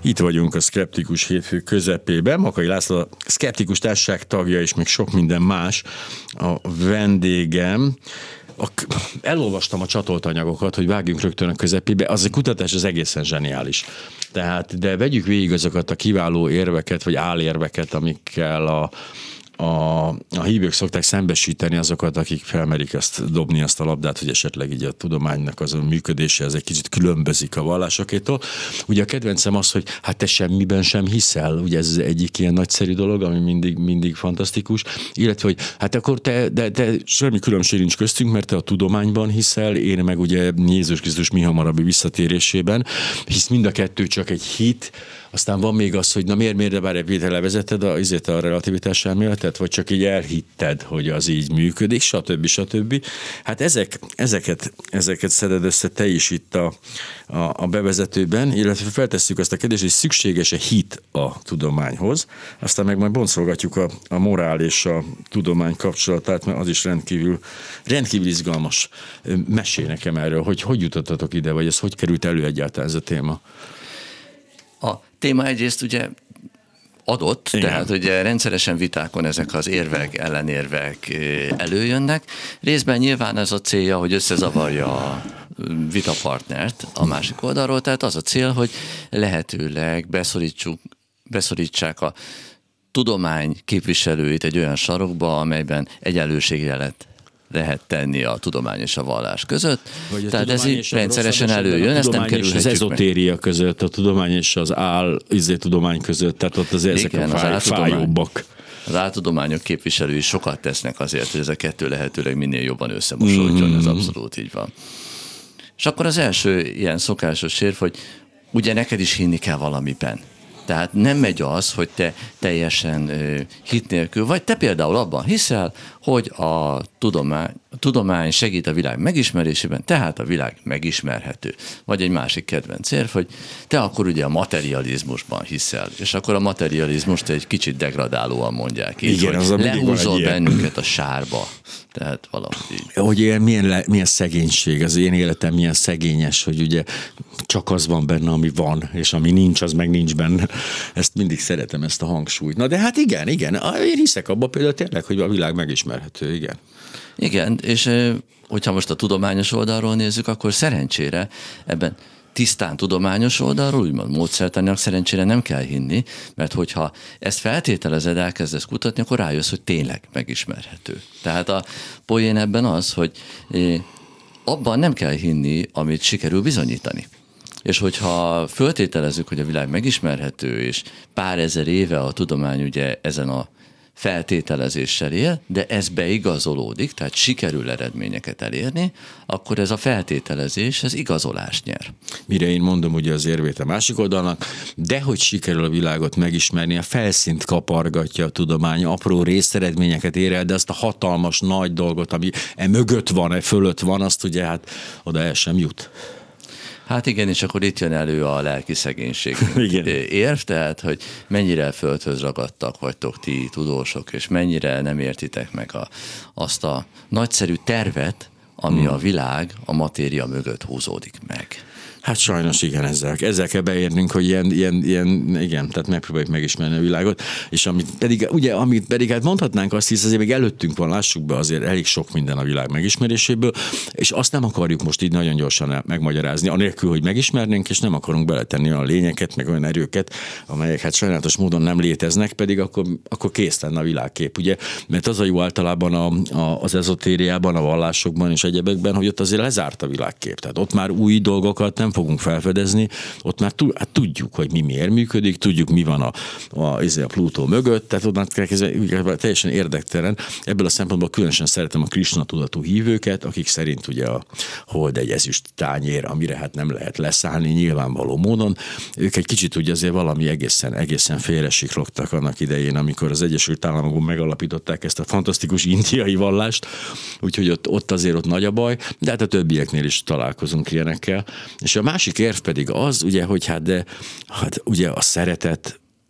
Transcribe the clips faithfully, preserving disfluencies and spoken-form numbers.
Itt vagyunk a Szkeptikus Hétfő közepében. Makay László a Szkeptikus Társaság tagja, és még sok minden más a vendégem. A, elolvastam a csatolt anyagokat, hogy vágjunk rögtön a közepébe. Az a kutatás az egészen zseniális. Tehát, de vegyük végig azokat a kiváló érveket, vagy álérveket, amikkel a A, a hívők szokták szembesíteni azokat, akik felmerik ezt dobni azt a labdát, hogy esetleg így a tudománynak az a működése ez egy kicsit különbözik a vallásokétól. Ugye a kedvencem az, hogy hát te semmiben sem hiszel, ugye ez egyik ilyen nagyszerű dolog, ami mindig, mindig fantasztikus, illetve, hogy hát akkor te, de, de semmi különbség nincs köztünk, mert te a tudományban hiszel, én meg ugye Jézus Krisztus mi hamarabbi visszatérésében, hisz mind a kettő csak egy hit. Aztán van még az, hogy na miért, miért bár te levezeted a, azért a relativitás elméletet, vagy csak így elhitted, hogy az így működik, stb. stb. Hát ezek, ezeket, ezeket szeded össze te is itt a, a, a bevezetőben, illetve feltesszük azt a kérdést, hogy szükséges-e hit a tudományhoz, aztán meg majd boncolgatjuk a, a morál és a tudomány kapcsolatát, mert az is rendkívül, rendkívül izgalmas. Mesélj nekem erről, hogy hogy jutottatok ide, vagy ez hogy került elő egyáltalán ez a téma? A téma egyrészt ugye adott, igen. Tehát ugye rendszeresen vitákon ezek az érvek, ellenérvek előjönnek. Részben nyilván ez a célja, hogy összezavarja a vitapartnert a másik oldalról, tehát az a cél, hogy lehetőleg beszorítsuk, beszorítsák a tudomány képviselőit egy olyan sarokba, amelyben egyenlőségjelet lehet tenni a tudomány és a vallás között. Vagy tehát ez így rendszeresen előjön, ezt nem kerülhetjük az ezotéria között, a tudomány és az áll, izé tudomány között, tehát ott az ezek igen, a fáj, fájóbbak. Az áltudományok képviselői sokat tesznek azért, hogy ez a kettő lehetőleg minél jobban összemosódjon, mm. ez abszolút így van. És akkor az első ilyen szokásos érv, hogy ugye neked is hinni kell valamiben. Tehát nem megy az, hogy te teljesen ö, hit nélkül, vagy te például abban hiszel, hogy a tudomány, a tudomány segít a világ megismerésében, tehát a világ megismerhető. Vagy egy másik kedvenc érv, hogy te akkor ugye a materializmusban hiszel, és akkor a materializmust egy kicsit degradálóan mondják így, igen, hogy lehúzol bennünket a sárba. Tehát valahogy így. Hogy ilyen, milyen, le, milyen szegénység, az én életem milyen szegényes, hogy ugye csak az van benne, ami van, és ami nincs, az meg nincs benne. Ezt mindig szeretem, ezt a hangsúlyt. Na de hát igen, igen, én hiszek abban például tényleg, hogy a világ megismerhető, igen. Igen, és hogyha most a tudományos oldalról nézzük, akkor szerencsére ebben tisztán tudományos oldalról, úgymond módszertanilag szerencsére nem kell hinni, mert hogyha ezt feltételezed, elkezdesz kutatni, akkor rájössz, hogy tényleg megismerhető. Tehát a poén ebben az, hogy abban nem kell hinni, amit sikerül bizonyítani. És hogyha föltételezzük, hogy a világ megismerhető, és pár ezer éve a tudomány ugye ezen a feltételezéssel él, de ez beigazolódik, tehát sikerül eredményeket elérni, akkor ez a feltételezés, ez igazolást nyer. Mire én mondom ugye az érvét a másik oldalnak, de hogy sikerül a világot megismerni, a felszínt kapargatja a tudomány, apró részeredményeket ér el, de azt a hatalmas nagy dolgot, ami e mögött van, e fölött van, azt ugye hát oda el sem jut. Hát igen, és akkor itt jön elő a lelki szegénység érv, tehát, hogy mennyire földhöz ragadtak vagytok ti tudósok, és mennyire nem értitek meg a, azt a nagyszerű tervet, ami hmm. a világ, a matéria mögött húzódik meg. Hát sajnos igen, ezzel, ezzel kell beérnünk, hogy ilyen, ilyen, ilyen, igen, tehát megpróbáljuk megismerni a világot, és amit pedig, ugye, amit pedig hát mondhatnánk azt, hisz azért még előttünk van, lássuk be, azért elég sok minden a világ megismeréséből, és azt nem akarjuk most így nagyon gyorsan megmagyarázni, anélkül, hogy megismernénk, és nem akarunk beletenni olyan lényeket, meg olyan erőket, amelyek hát sajnálatos módon nem léteznek, pedig akkor, akkor kész lenne a világkép, ugye? Mert az a jó általában a, a, az ezotériában, a vallásokban és egyebekben, hogy ott azért lezárt a világkép, tehát ott már új dolgokat nem fogunk felfedezni, ott már hát tudjuk, hogy mi miért működik, tudjuk, mi van a, a, a Plutó mögött, tehát ott már teljesen érdektelen. Ebből a szempontból különösen szeretem a Krisna tudatú hívőket, akik szerint ugye a hold egy ezüst tányér, amire hát nem lehet leszállni nyilvánvaló módon. Ők egy kicsit ugye azért valami egészen, egészen félresiklottak annak idején, amikor az Egyesült Államokban megalapították ezt a fantasztikus indiai vallást, úgyhogy ott, ott azért ott nagy a baj, de hát a többieknél is találkozunk ilyenekkel. És a másik érv pedig az, ugye, hogy hát de hát ugye a szeretet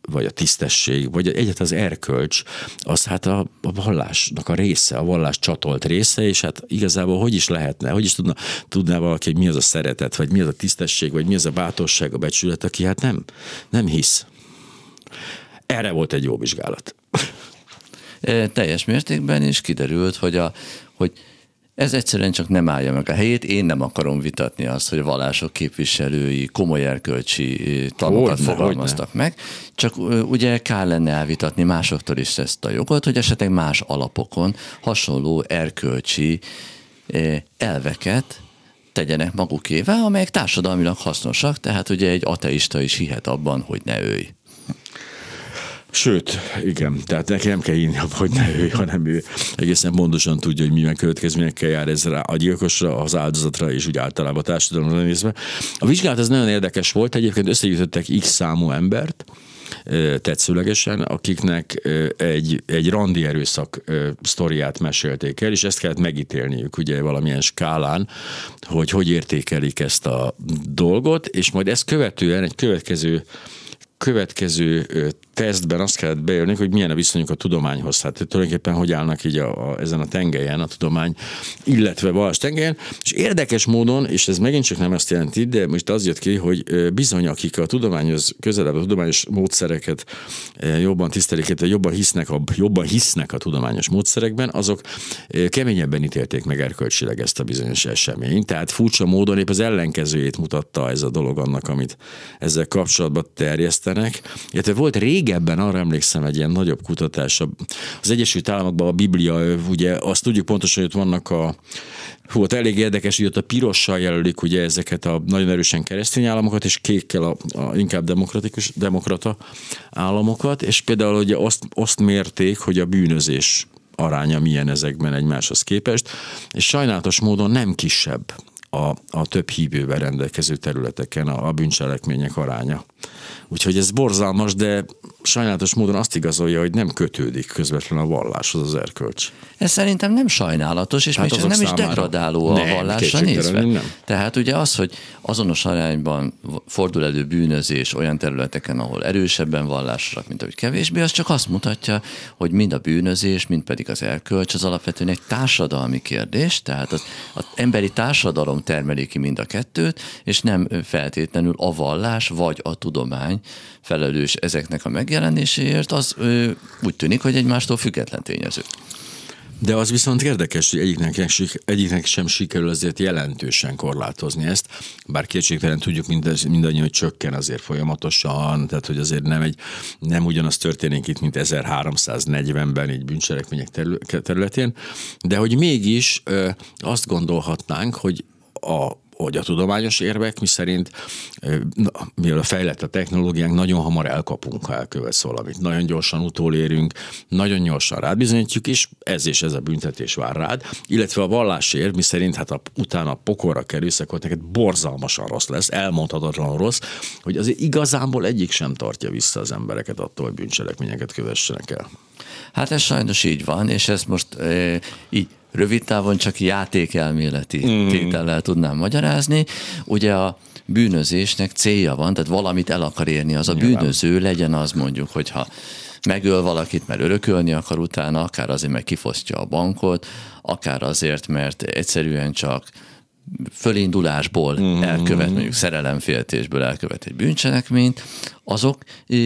vagy a tisztesség, vagy egyáltalán az erkölcs, az hát a, a vallásnak a része, a vallás csatolt része, és hát igazából hogy is lehetne, hogy is tudna, tudná valaki, hogy mi az a szeretet, vagy mi az a tisztesség, vagy mi az a bátorság, a becsület, aki hát nem, nem hisz. Erre volt egy jó vizsgálat. E, teljes mértékben, és kiderült, hogy, a, hogy ez egyszerűen csak nem állja meg a helyét. Én nem akarom vitatni azt, hogy a vallások képviselői komoly erkölcsi tanokat fogalmaztak meg, csak ugye kell lenne elvitatni másoktól is ezt a jogot, hogy esetleg más alapokon hasonló erkölcsi elveket tegyenek magukével, amelyek társadalmilag hasznosak, tehát ugye egy ateista is hihet abban, hogy ne ölj. Sőt, igen, tehát neki nem kell hinni, hogy ne ő, hanem ő egészen pontosan tudja, hogy milyen következményekkel jár ez rá a gyilkosra, az áldozatra, és úgy általában a társadalomra nézve. A vizsgálat ez nagyon érdekes volt, egyébként összegyűjtöttek X számú embert, tetszőlegesen, akiknek egy, egy randi erőszak sztoriát mesélték el, és ezt kellett megítélniük ugye valamilyen skálán, hogy hogy értékelik ezt a dolgot, és majd ezt követően egy következő következő tesztben azt kellett beélni, hogy milyen a viszonyuk a tudományhoz. Hát tulajdonképpen hogy állnak így a, a, ezen a tengelyen, a tudomány, illetve vallás tengelyen. És érdekes módon, és ez megint csak nem azt jelenti, de most az jött ki, hogy bizony, akik a tudományhoz közelebb, a tudományos módszereket jobban tisztelik, jobban hisznek, a, jobban hisznek a tudományos módszerekben, azok keményebben ítélték meg erkölcsileg ezt a bizonyos eseményt. Tehát furcsa módon épp az ellenkezőjét mutatta ez a dolog annak, amit ezzel kapcsolatban terjesztenek. Illetve volt régebben, arra emlékszem, egy ilyen nagyobb kutatás. Az Egyesült Államokban a Biblia, ugye azt tudjuk pontosan, hogy ott vannak a hú, ott elég érdekes, hogy ott a pirossal jelölik ugye ezeket a nagyon erősen keresztény államokat, és kékkel a, a inkább demokratikus, demokrata államokat, és például ugye azt, azt mérték, hogy a bűnözés aránya milyen ezekben egymáshoz képest, és sajnálatos módon nem kisebb a, a több hívővel rendelkező területeken a, a bűncselekmények aránya. Úgyhogy ez borzalmas, de sajnálatos módon azt igazolja, hogy nem kötődik közvetlenül a valláshoz az erkölcs. Ez szerintem nem sajnálatos, és hát még csak nem számára is degradáló a nem, vallásra nézve. Nem. Tehát ugye az, hogy azonos arányban fordul elő bűnözés olyan területeken, ahol erősebben vallásosak, mint ahogy kevésbé, az csak azt mutatja, hogy mind a bűnözés, mind pedig az erkölcs az alapvetően egy társadalmi kérdés, tehát az, az emberi társadalom termeli ki mind a kettőt, és nem feltétlenül a vallás vagy a tudomány felelős ezeknek a megjelenéséért, az ö, úgy tűnik, hogy egymástól független tényező. De az viszont érdekes, hogy egyiknek, egyiknek sem sikerül azért jelentősen korlátozni ezt, bár kétségtelen tudjuk mindannyian, hogy csökken azért folyamatosan, tehát hogy azért nem, egy, nem ugyanaz történik itt, mint ezerháromszáznegyvenben így bűncselekmények területén, de hogy mégis ö, azt gondolhatnánk, hogy a hogy a tudományos érvek, miszerint mivel fejlett a technológiánk, nagyon hamar elkapunk, ha elkövetsz valamit. Nagyon gyorsan utolérünk, nagyon gyorsan rád bizonyítjuk, és ez és ez a büntetés vár rád. Illetve a vallásérv, miszerint hát a, utána a pokolra kerülsz, akkor neked borzalmasan rossz lesz, elmondhatatlan rossz, hogy azért igazából egyik sem tartja vissza az embereket attól, hogy bűncselekményeket kövessenek el. Hát ez sajnos így van, és ezt most e, így rövid távon csak játékelméleti mm. tétellel tudnám magyarázni. Ugye a bűnözésnek célja van, tehát valamit el akar érni az a Nyilván. bűnöző, legyen az mondjuk, hogyha megöl valakit, mert örökölni akar utána, akár azért, mert kifosztja a bankot, akár azért, mert egyszerűen csak fölindulásból mm. elkövet, mondjuk szerelemféltésből elkövet egy bűncselekményt, azok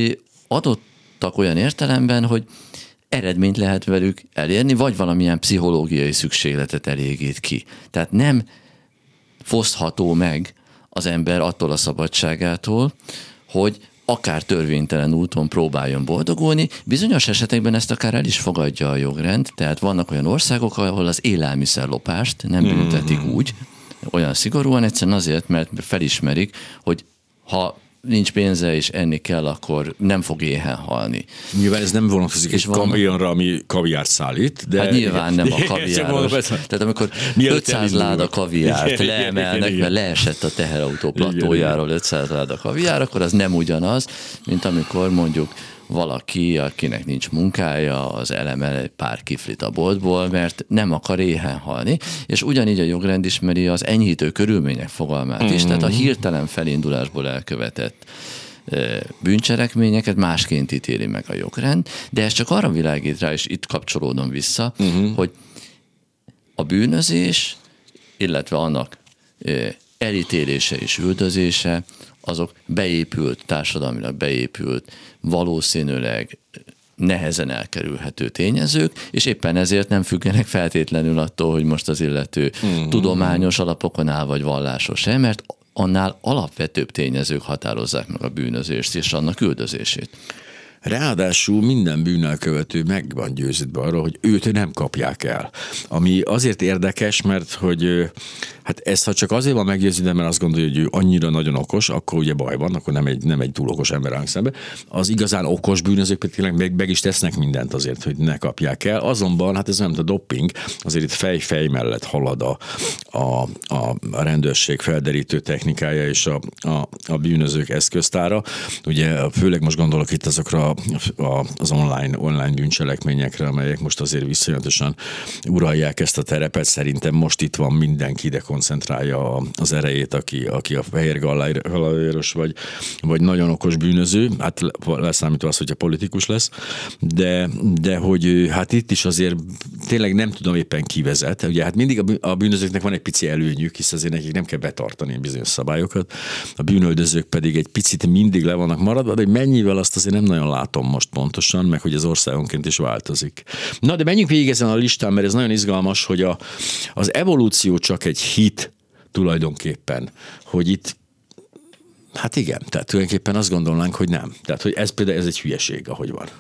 adottak olyan értelemben, hogy eredményt lehet velük elérni, vagy valamilyen pszichológiai szükségletet elégít ki. Tehát nem fosztható meg az ember attól a szabadságától, hogy akár törvénytelen úton próbáljon boldogulni. Bizonyos esetekben ezt akár el is fogadja a jogrend, tehát vannak olyan országok, ahol az élelmiszerlopást nem büntetik úgy, olyan szigorúan, egyszerűen azért, mert felismerik, hogy ha nincs pénze és enni kell, akkor nem fog éhen halni. Nyilván ez nem vonatkozik egy kamionra, ami kaviárt szállít, de... Hát nyilván nem a kaviáros. Tehát amikor ötszáz láda kaviárt leemelnek, mert leesett a teherautó platójáról ötszáz láda kaviár, akkor az nem ugyanaz, mint amikor mondjuk valaki, akinek nincs munkája, az elemel egy pár kiflit a boltból, mert nem akar éhen halni, és ugyanígy a jogrend ismeri az enyhítő körülmények fogalmát is, mm-hmm. tehát a hirtelen felindulásból elkövetett bűncselekményeket másként ítéli meg a jogrend, de ez csak arra világít rá, és itt kapcsolódom vissza, uh-huh. hogy a bűnözés, illetve annak elítélése és üldözése, azok beépült, társadalmilag beépült, valószínűleg nehezen elkerülhető tényezők, és éppen ezért nem függenek feltétlenül attól, hogy most az illető uh-huh. tudományos alapokon áll, vagy vallásos sem, mert annál alapvetőbb tényezők határozzák meg a bűnözést és annak üldözését. Ráadásul minden bűnelkövető meg van győződve arról, hogy őt nem kapják el. Ami azért érdekes, mert hogy hát ezt ha csak azért van meggyőződve, mert azt gondolja, hogy ő annyira nagyon okos, akkor ugye baj van, akkor nem egy, nem egy túl okos ember állunk szembe. Az igazán okos bűnözők pedig meg, meg is tesznek mindent azért, hogy ne kapják el. Azonban, hát ez nem a doping, azért itt fej-fej mellett halad a, a, a rendőrség felderítő technikája és a, a, a bűnözők eszköztára. Ugye főleg most gondolok itt azokra az online, online bűncselekményekre, amelyek most azért viszonyatosan uralják ezt a terepet. Szerintem most itt van mindenki, ide koncentrálja az erejét, aki, aki a fehér galáros vagy, vagy nagyon okos bűnöző, hát leszámítva az, hogyha politikus lesz, de, de hogy hát itt is azért tényleg nem tudom éppen ki vezet. Ugye hát mindig a bűnözőknek van egy pici előnyük, hisz azért nekik nem kell betartani bizonyos szabályokat. A bűnöldözők pedig egy picit mindig le vannak maradva, de mennyivel azt azért nem nagyon látom most pontosan, meg hogy az országonként is változik. Na, de menjünk végig ezen a listán, mert ez nagyon izgalmas, hogy a, az evolúció csak egy hit tulajdonképpen, hogy itt hát igen, tehát tulajdonképpen azt gondolnánk, hogy nem. Tehát, hogy ez például ez egy hülyeség, ahogy van.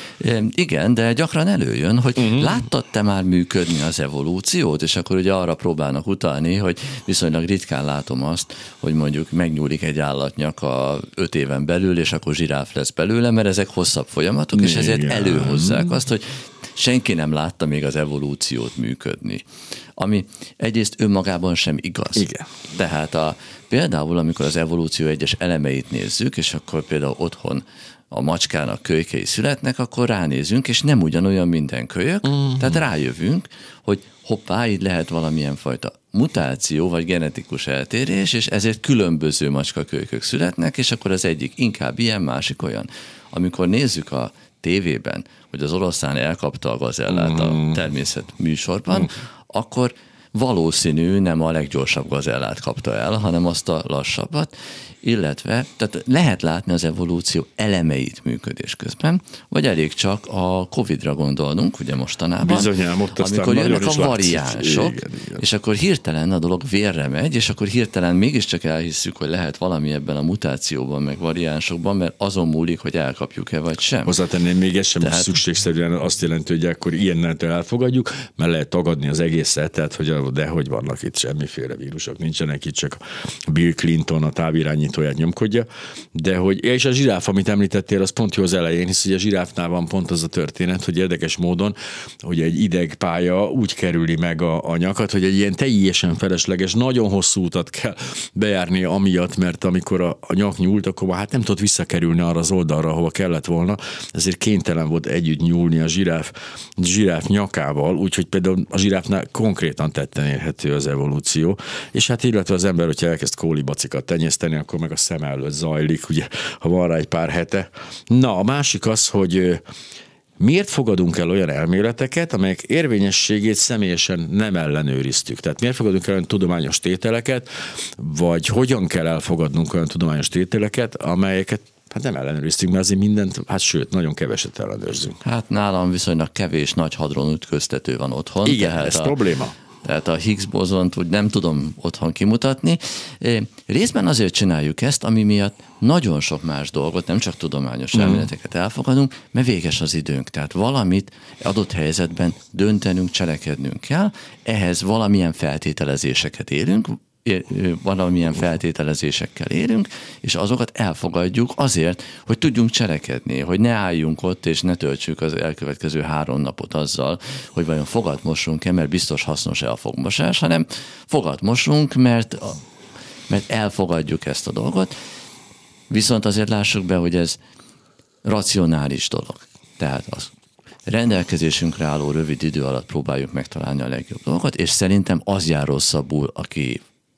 Igen, de gyakran előjön, hogy uh-huh. láttad te már működni az evolúciót, és akkor ugye arra próbálnak utalni, hogy viszonylag ritkán látom azt, hogy mondjuk megnyúlik egy állatnyaka öt éven belül, és akkor zsiráf lesz belőle, mert ezek hosszabb folyamatok, és ezért előhozzák azt, hogy senki nem látta még az evolúciót működni. Ami egyrészt önmagában sem igaz. Igen. Tehát a, például, amikor az evolúció egyes elemeit nézzük, és akkor például otthon a macskának kölykei születnek, akkor ránézünk, és nem ugyanolyan minden kölyök, uh-huh. tehát rájövünk, hogy hoppá, így lehet valamilyen fajta mutáció, vagy genetikus eltérés, és ezért különböző macskakölykök születnek, és akkor az egyik inkább ilyen, másik olyan. Amikor nézzük a tévében, hogy az oroszlán elkapta a gazellát a természet műsorban, uh-huh. akkor valószínű nem a leggyorsabb gazellát kapta el, hanem azt a lassabbat, illetve tehát lehet látni az evolúció elemeit működés közben, vagy elég csak a Covidra gondolnunk, ugye mostanában, bizonyám, ott amikor jönnek a variánsok, igen, igen. és akkor hirtelen a dolog vérre megy, és akkor hirtelen mégiscsak elhisszük, hogy lehet valami ebben a mutációban, meg variánsokban, mert azon múlik, hogy elkapjuk-e, vagy sem. Hozzátenném, még ez sem tehát... szükségszerűen azt jelenti, hogy akkor ilyennel elfogadjuk, mert lehet tagadni az egészet, tehát hogy de hogy vannak itt semmiféle vírusok, nincsenek itt, csak Bill Clinton a távirányítóját nyomkodja, de hogy, és a zsiráf, amit említettél, az pont jó az elején, hisz ugye a zsiráfnál van pont az a történet, hogy érdekes módon, hogy egy idegpálya úgy kerüli meg a, a nyakat, hogy egy ilyen teljesen felesleges, nagyon hosszú utat kell bejárni amiatt, mert amikor a, a nyak nyúlt, akkor hát nem tudott visszakerülni arra az oldalra, ahova kellett volna, ezért kénytelen volt együtt nyúlni a zsiráf, zsiráf nyakával, úgyhogy például a zsiráfnál konkrétan tetten érhető az evolúció, és hát illetve az ember, hogyha elkezd kólibacikat tenyészteni, akkor meg a szem előtt zajlik, ugye, ha van rá egy pár hete. Na, a másik az, hogy miért fogadunk el olyan elméleteket, amelyek érvényességét személyesen nem ellenőriztük? Tehát miért fogadunk el olyan tudományos tételeket, vagy hogyan kell elfogadnunk olyan tudományos tételeket, amelyeket hát nem ellenőriztünk, mert azért mindent, hát sőt, nagyon keveset ellenőrzünk. Hát nálam viszonylag kevés nagy hadron ütköztető van otthon. Igen, ez a... probléma. Tehát a Higgs bozont úgy nem tudom otthon kimutatni. Részben azért csináljuk ezt, ami miatt nagyon sok más dolgot, nem csak tudományos elméleteket elfogadunk, mert véges az időnk. Tehát valamit adott helyzetben döntenünk, cselekednünk kell, ehhez valamilyen feltételezéseket élünk, valamilyen feltételezésekkel érünk, és azokat elfogadjuk azért, hogy tudjunk cselekedni, hogy ne álljunk ott, és ne töltsük az elkövetkező három napot azzal, hogy vajon fogat mosunk-e, mert biztos hasznos-e a fogmosás, hanem fogat mosunk, mert, mert elfogadjuk ezt a dolgot. Viszont azért lássuk be, hogy ez racionális dolog. Tehát az rendelkezésünkre álló rövid idő alatt próbáljuk megtalálni a legjobb dolgot, és szerintem az jár rosszabbul, aki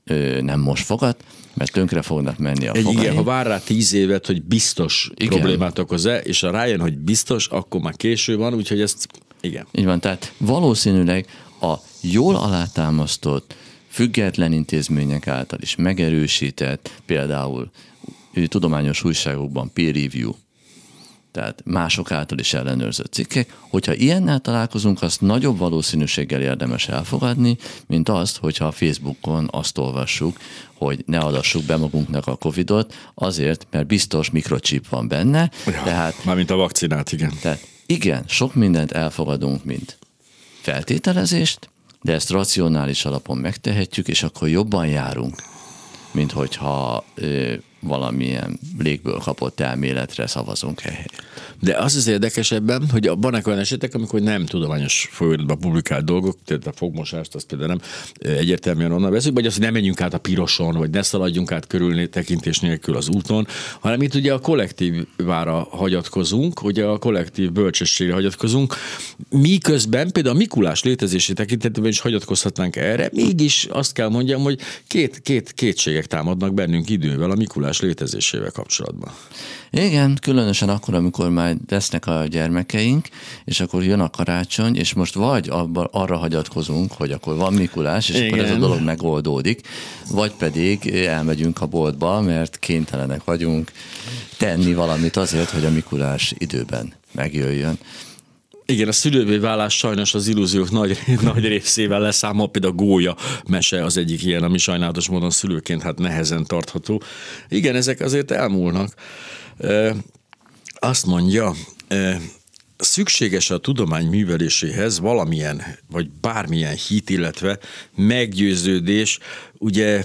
nem most fogad, mert tönkre fognak menni a Egy fogaim. Igen, ha vár rá tíz évet, hogy biztos igen. problémát okoz-e, és ha rájön, hogy biztos, akkor már késő van, úgyhogy ezt igen. Így van, tehát valószínűleg a jól alátámasztott, független intézmények által is megerősített, például tudományos újságokban peer review, tehát mások által is ellenőrzött cikkek, hogyha ilyennel találkozunk, azt nagyobb valószínűséggel érdemes elfogadni, mint azt, hogyha a Facebookon azt olvassuk, hogy ne adassuk be magunknak a Covidot, azért, mert biztos mikrochip van benne. Ja, tehát, mármint a vakcinát, igen. Tehát igen, sok mindent elfogadunk, mint feltételezést, de ezt racionális alapon megtehetjük, és akkor jobban járunk, mint hogyha ö, valamilyen légből kapott elméletre szavazunk ehelyett. De az az érdekesebben, hogy vannak olyan esetek, amikor nem tudományos folyóiratban publikált dolgok, tehát a fogmosást, azt például nem egyértelműen onnan veszünk, vagy azt, hogy nem menjünk át a piroson, vagy ne szaladjunk át körül tekintés nélkül az úton, hanem itt ugye a kollektívára hagyatkozunk, ugye a kollektív bölcsességre hagyatkozunk, miközben például a Mikulás létezési tekintetében is hagyatkozhatnánk erre, mégis azt kell mondjam, hogy két, két kétségek támadnak bennünk idővel a Mikulás létezésével kapcsolatban. Igen, különösen akkor, amikor már lesznek a gyermekeink, és akkor jön a karácsony, és most vagy abba, arra hagyatkozunk, hogy akkor van Mikulás, és igen. akkor ez a dolog megoldódik, vagy pedig elmegyünk a boltba, mert kénytelenek vagyunk tenni valamit azért, hogy a Mikulás időben megjöjjön. Igen, a szülővé válás sajnos az illúziók nagy, nagy részével leszámol, például a gólya mese az egyik ilyen, ami sajnálatos módon szülőként hát nehezen tartható. Igen, ezek azért elmúlnak. E, azt mondja, e, szükséges a tudomány műveléséhez valamilyen, vagy bármilyen hit, illetve meggyőződés, ugye.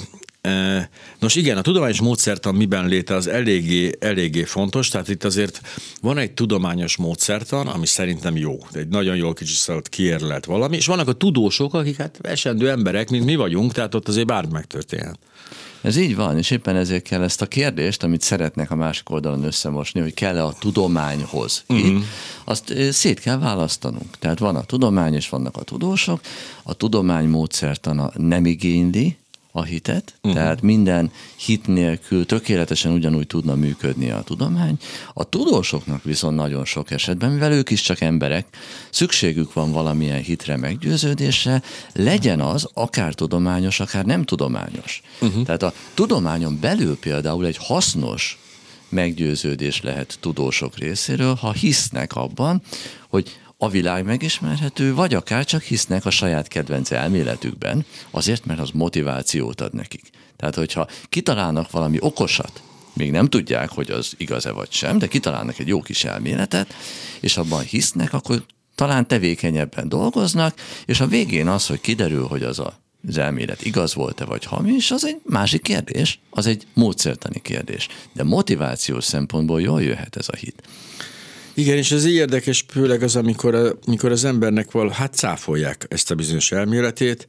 Nos igen, a tudományos módszertan miben léte az eléggé, eléggé fontos, tehát itt azért van egy tudományos módszertan, ami szerintem jó, egy nagyon jól kicsiszelt kiérlelt valami, és vannak a tudósok, akik hát esendő emberek, mint mi vagyunk, tehát ott azért bármi megtörténhet. Ez így van, és éppen ezért kell ezt a kérdést, amit szeretnek a másik oldalon összemosni, hogy kell-e a tudományhoz hit, uh-huh. azt szét kell választanunk. Tehát van a tudomány, és vannak a tudósok. A tudomány módszertana nem igényli a hitet, uh-huh. tehát minden hit nélkül tökéletesen ugyanúgy tudna működni a tudomány. A tudósoknak viszont nagyon sok esetben, mivel ők is csak emberek, szükségük van valamilyen hitre, meggyőződésre, legyen az akár tudományos, akár nem tudományos. Uh-huh. Tehát a tudományon belül például egy hasznos meggyőződés lehet tudósok részéről, ha hisznek abban, hogy a világ megismerhető, vagy akár csak hisznek a saját kedvenc elméletükben, azért, mert az motivációt ad nekik. Tehát, hogyha kitalálnak valami okosat, még nem tudják, hogy az igaz-e vagy sem, de kitalálnak egy jó kis elméletet, és abban hisznek, akkor talán tevékenyebben dolgoznak, és a végén az, hogy kiderül, hogy az a az elmélet igaz volt-e vagy hamis, az egy másik kérdés, az egy módszertani kérdés. De motivációs szempontból jól jöhet ez a hit. Igen, és ez érdekes, főleg az, amikor, amikor az embernek val, hát cáfolják ezt a bizonyos elméletét,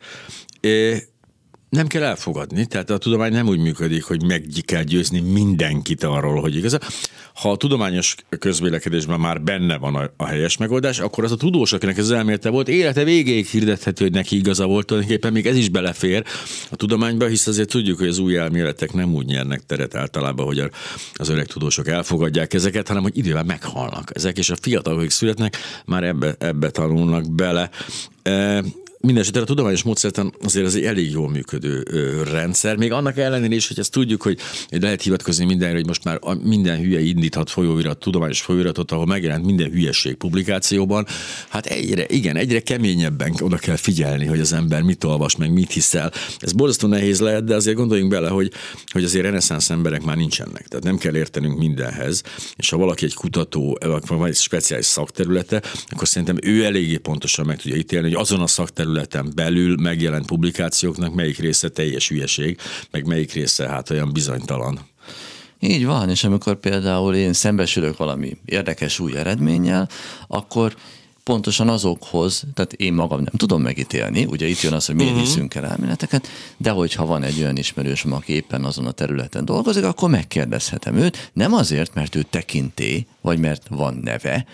nem kell elfogadni, tehát a tudomány nem úgy működik, hogy meg kell győzni mindenkit arról, hogy igaz. Ha a tudományos közvélekedésben már benne van a, a helyes megoldás, akkor az a tudós, akinek ez elmélete volt, élete végéig hirdetheti, hogy neki igaza volt, tulajdonképpen még ez is belefér a tudományba, hisz azért tudjuk, hogy az új elméletek nem úgy nyernek teret általában, hogy az öreg tudósok elfogadják ezeket, hanem hogy idővel meghalnak ezek, és a fiatalok, akik születnek, már ebbe, ebbe tanulnak bele. E- Mindenesetre a tudományos módszertan azért az egy elég jól működő ö, rendszer, még annak ellenére is, hogy ezt tudjuk, hogy lehet hivatkozni mindenre, hogy most már minden hülye indíthat folyóirat, tudományos folyóiratot, ahol megjelent minden hülyesség publikációban. Hát egyre, igen, egyre keményebben oda kell figyelni, hogy az ember mit olvas, meg mit hiszel. Ez borzasztó nehéz lehet, de azért gondoljunk bele, hogy, hogy azért reneszánsz emberek már nincsenek. Tehát nem kell értenünk mindenhez, és ha valaki egy kutató, vagy van egy speciális szakterülete, akkor szerintem ő eléggé pontosan meg tudja ítélni, hogy azon a szakterületen belül megjelent publikációknak melyik része teljes hülyeség, meg melyik része hát olyan bizonytalan. Így van, és amikor például én szembesülök valami érdekes új eredménnyel, akkor pontosan azokhoz, tehát én magam nem tudom megítélni, ugye itt jön az, hogy miért uh-huh. hiszünk el elméleteket, de hogyha van egy olyan ismerősöm, aki éppen azon a területen dolgozik, akkor megkérdezhetem őt, nem azért, mert ő tekintély, vagy mert van neve,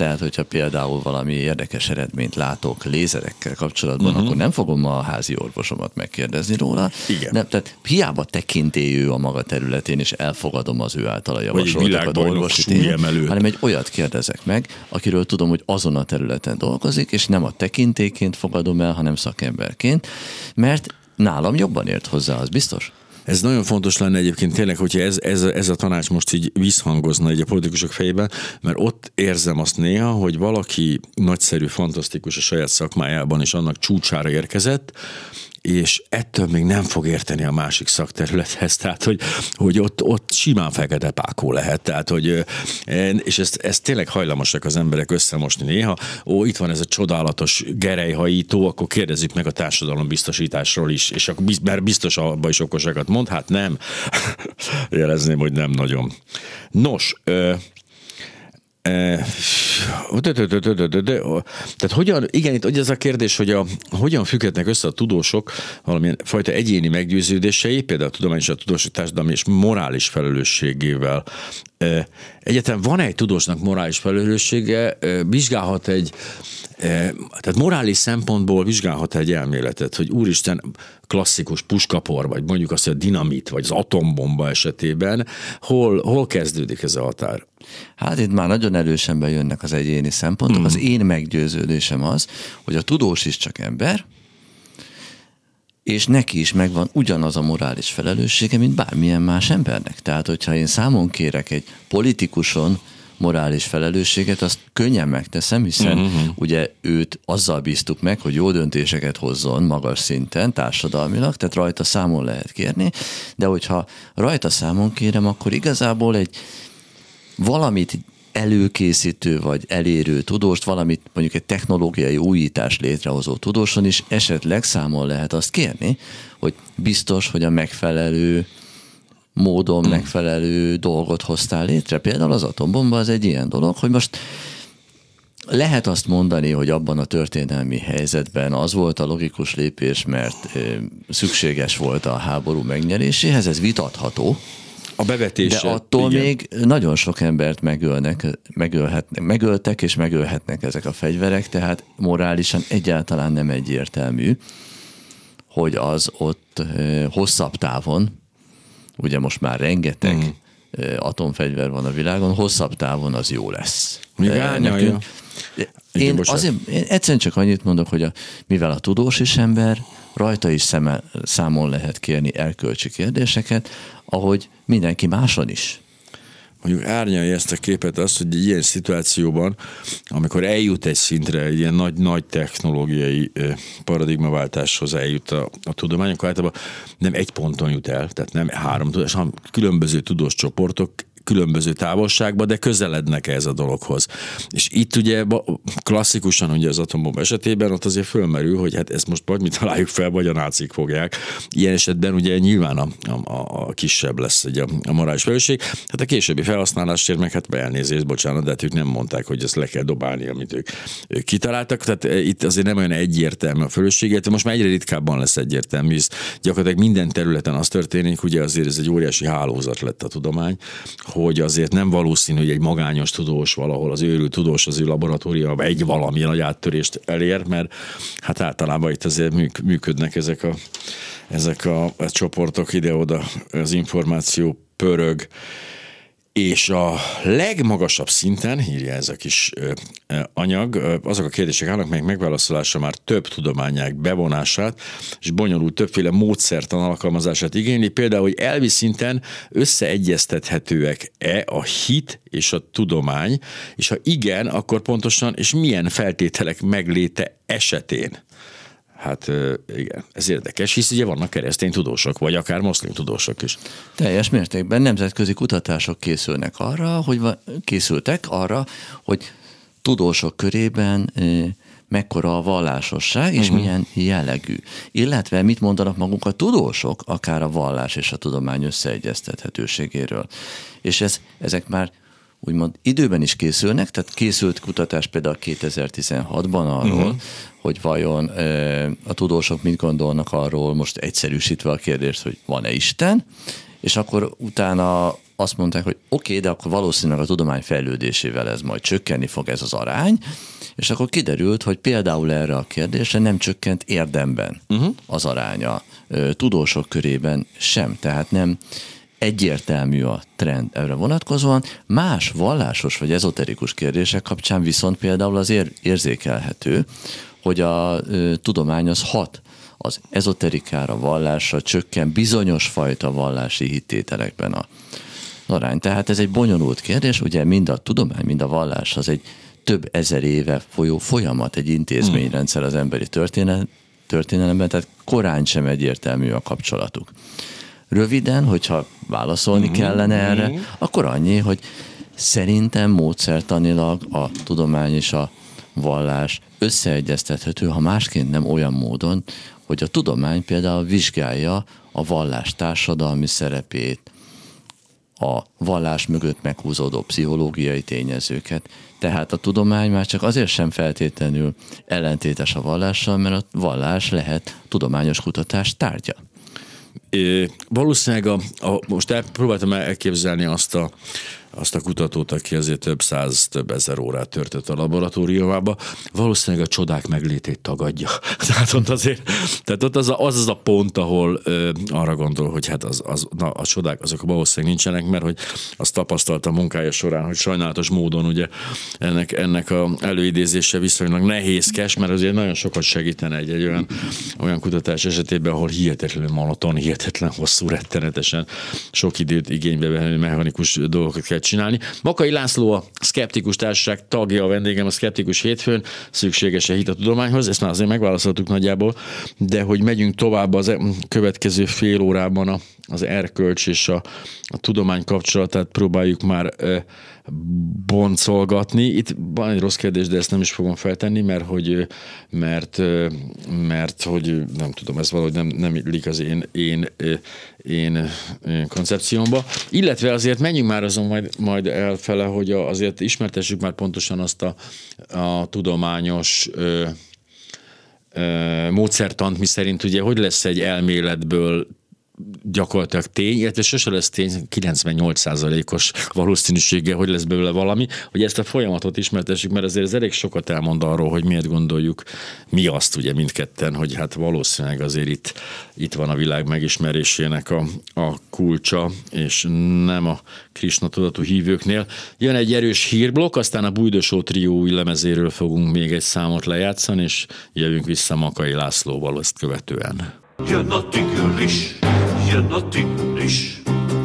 Tehát, hogyha például valami érdekes eredményt látok lézerekkel kapcsolatban, uh-huh. akkor nem fogom a házi orvosomat megkérdezni róla. Igen. Nem, tehát hiába tekintélyű a maga területén, és elfogadom az ő általa javasoltakat orvosi tényleg, hanem egy olyat kérdezek meg, akiről tudom, hogy azon a területen dolgozik, és nem a tekintélyként fogadom el, hanem szakemberként, mert nálam jobban ért hozzá, az biztos. Ez nagyon fontos lenne egyébként tényleg, hogyha ez, ez, ez a tanács most így visszhangozna egy a politikusok fejében, mert ott érzem azt néha, hogy valaki nagyszerű, fantasztikus a saját szakmájában, és annak csúcsára érkezett, és ettől még nem fog érteni a másik szakterülethez, tehát hogy, hogy ott, ott simán fekete pákó lehet, tehát hogy, és ezt, ezt tényleg hajlamosak az emberek összemosni néha, ó, itt van ez a csodálatos gerelyhajító, akkor kérdezzük meg a társadalombiztosításról is, és akkor mert biztos abban is okosakat mond, hát nem, jelezném, hogy nem nagyon. Nos, ö, tehát hogyan, igen, itt ez a kérdés, hogy a, hogyan függhetnek össze a tudósok valamilyen fajta egyéni meggyőződései, például a tudományos, a tudósok társadalmi és morális felelősségével. Egyetem van egy tudósnak morális felelőssége, vizsgálhat egy, tehát morális szempontból vizsgálhat egy elméletet, hogy úristen, klasszikus puskapor, vagy mondjuk azt, hogy a dinamit, vagy az atombomba esetében, hol, hol kezdődik ez a határ? Hát itt már nagyon erősen bejönnek az egyéni szempontok. Mm. Az én meggyőződésem az, hogy a tudós is csak ember, és neki is megvan ugyanaz a morális felelőssége, mint bármilyen más embernek. Tehát, hogyha én számon kérek egy politikuson morális felelősséget, azt könnyen megteszem, hiszen uh-huh. ugye őt azzal bíztuk meg, hogy jó döntéseket hozzon magas szinten, társadalmilag, tehát rajta számon lehet kérni, de hogyha rajta számon kérem, akkor igazából egy valamit előkészítő vagy elérő tudóst, valamit mondjuk egy technológiai újítás létrehozó tudóson is esetleg számon lehet azt kérni, hogy biztos, hogy a megfelelő módon megfelelő dolgot hoztál létre. Például az atombomba az egy ilyen dolog, hogy most lehet azt mondani, hogy abban a történelmi helyzetben az volt a logikus lépés, mert szükséges volt a háború megnyeréséhez, ez vitatható. A bevetése. De attól igen. még nagyon sok embert megölnek, megölhetnek, megöltek és megölhetnek ezek a fegyverek, tehát morálisan egyáltalán nem egyértelmű, hogy az ott hosszabb távon, ugye most már rengeteg mm. atomfegyver van a világon, hosszabb távon az jó lesz. Még árnyalja. Én azért én egyszerűen csak annyit mondok, hogy a, mivel a tudós is ember, rajta is szeme, számon lehet kérni erkölcsi kérdéseket, ahogy mindenki máson is. Mondjuk árnyalja ezt a képet az, hogy egy ilyen szituációban, amikor eljut egy szintre, egy ilyen nagy-nagy technológiai paradigmaváltáshoz eljut a, a tudomány, akkor általában nem egy ponton jut el, tehát nem három tudós, hanem különböző tudós csoportok különböző távolságban, de közelednek ez a dologhoz. És itt ugye klasszikusan ugye az atombomba esetében ott azért fölmerül, hogy hát ezt most vagy mi találjuk fel, vagy a nácik fogják. Ilyen esetben ugye nyilván a, a, a kisebb lesz ugye a, a morális felelősség. Hát a későbbi felhasználásért meg hát elnézést, bocsánat, de hát ők nem mondták, hogy ezt le kell dobálni, amit ők, ők kitaláltak. Tehát itt azért nem olyan egyértelmű a felelősséget, most már egyre ritkábban lesz egyértelmű, hisz gyakorlatilag minden területen az történik, ugye azért ez egy óriási hálózat lett a tudomány, hogy azért nem valószínű, hogy egy magányos tudós valahol, az őrült tudós az ő laboratóriumban egy valamilyen nagy áttörést elér, mert hát általában itt azért működnek ezek a, ezek a, a csoportok ide-oda, az információ pörög, és a legmagasabb szinten, írja ez a kis ö, ö, anyag, ö, azok a kérdések állnak, melyek megválaszolása már több tudományák bevonását, és bonyolult többféle módszertan alkalmazását igényli, például, hogy elvi szinten összeegyeztethetőek-e a hit és a tudomány, és ha igen, akkor pontosan, és milyen feltételek megléte esetén. Hát igen, ez érdekes, hisz ugye vannak keresztény tudósok, vagy akár moszlim tudósok is. Teljes mértékben nemzetközi kutatások készülnek arra, hogy készültek arra, hogy tudósok körében mekkora a vallásosság, és uh-huh. milyen jellegű. Illetve mit mondanak maguk a tudósok, akár a vallás és a tudomány összeegyeztethetőségéről. És ez, ezek már úgymond időben is készülnek, tehát készült kutatás például kétezer-tizenhatban arról, uh-huh. hogy vajon e, a tudósok mit gondolnak arról, most egyszerűsítve a kérdést, hogy van-e Isten, és akkor utána azt mondták, hogy oké, okay, de akkor valószínűleg a tudomány fejlődésével ez majd csökkenni fog ez az arány, és akkor kiderült, hogy például erre a kérdésre nem csökkent érdemben uh-huh. az aránya. Tudósok körében sem, tehát nem egyértelmű a trend erre vonatkozóan. Más vallásos vagy ezoterikus kérdések kapcsán viszont például az ér- érzékelhető, hogy a ö, tudomány az hat az ezoterikára, vallásra, csökken bizonyos fajta vallási hittételekben a arány. Tehát ez egy bonyolult kérdés, ugye mind a tudomány, mind a vallás az egy több ezer éve folyó folyamat, egy intézményrendszer az emberi történel, történelemben, tehát korán sem egyértelmű a kapcsolatuk. Röviden, hogyha válaszolni mm-hmm. kellene erre, akkor annyi, hogy szerintem módszertanilag a tudomány és a vallás összeegyeztethető, ha másként nem olyan módon, hogy a tudomány például vizsgálja a vallás társadalmi szerepét, a vallás mögött meghúzódó pszichológiai tényezőket. Tehát a tudomány már csak azért sem feltétlenül ellentétes a vallással, mert a vallás lehet tudományos kutatás tárgya. É, valószínűleg a, a, most el, próbáltam elképzelni azt a, azt a kutatót, aki azért több száz, több ezer órát törtött a laboratóriumába, valószínűleg a csodák meglétét tagadja. Tehát ott azért, tehát ott az, a, az az a pont, ahol ö, arra gondol, hogy hát az, az, na, a csodák azok valószínűleg nincsenek, mert hogy azt tapasztalta a munkája során, hogy sajnálatos módon ugye ennek, ennek a előidézése viszonylag nehézkes, mert azért nagyon sokat segítene egy, egy olyan, olyan kutatás esetében, ahol hihetetlenül monoton, hihetetlen hosszú, rettenetesen sok időt igénybe venni mechanikus dolgokat kell csinálni. Makai László, a Szkeptikus Társaság tagja, a vendégem a Szkeptikus Hétfőn, szükséges-e hit a tudományhoz, ezt már azért megválaszoltuk nagyjából, de hogy megyünk tovább az következő fél órában a, az erkölcs és a, a tudomány kapcsolatát próbáljuk már e, boncolgatni. Itt van egy rossz kérdés, de ezt nem is fogom feltenni, mert hogy, mert, mert hogy nem tudom, ez valahogy nem, nem illik az én, én, én, én koncepciómba. Illetve azért menjünk már azon majd, majd elfele, hogy azért ismertessük már pontosan azt a, a tudományos ö, ö, módszertant, mi szerint ugye hogy lesz egy elméletből gyakorlatilag tény, illetve sose lesz tény, kilencvennyolc százalékos valószínűséggel, hogy lesz belőle valami, hogy ezt a folyamatot ismertessük, mert azért ez elég sokat elmond arról, hogy miért gondoljuk mi azt, ugye mindketten, hogy hát valószínűleg azért itt, itt van a világ megismerésének a, a kulcsa, és nem a Krisna tudatú hívőknél. Jön egy erős hírblokk, aztán a Bújdosó trió új lemezéről fogunk még egy számot lejátszani, és jövünk vissza Makai Lászlóval ezt követően. Jön a tigris, jön a tigris,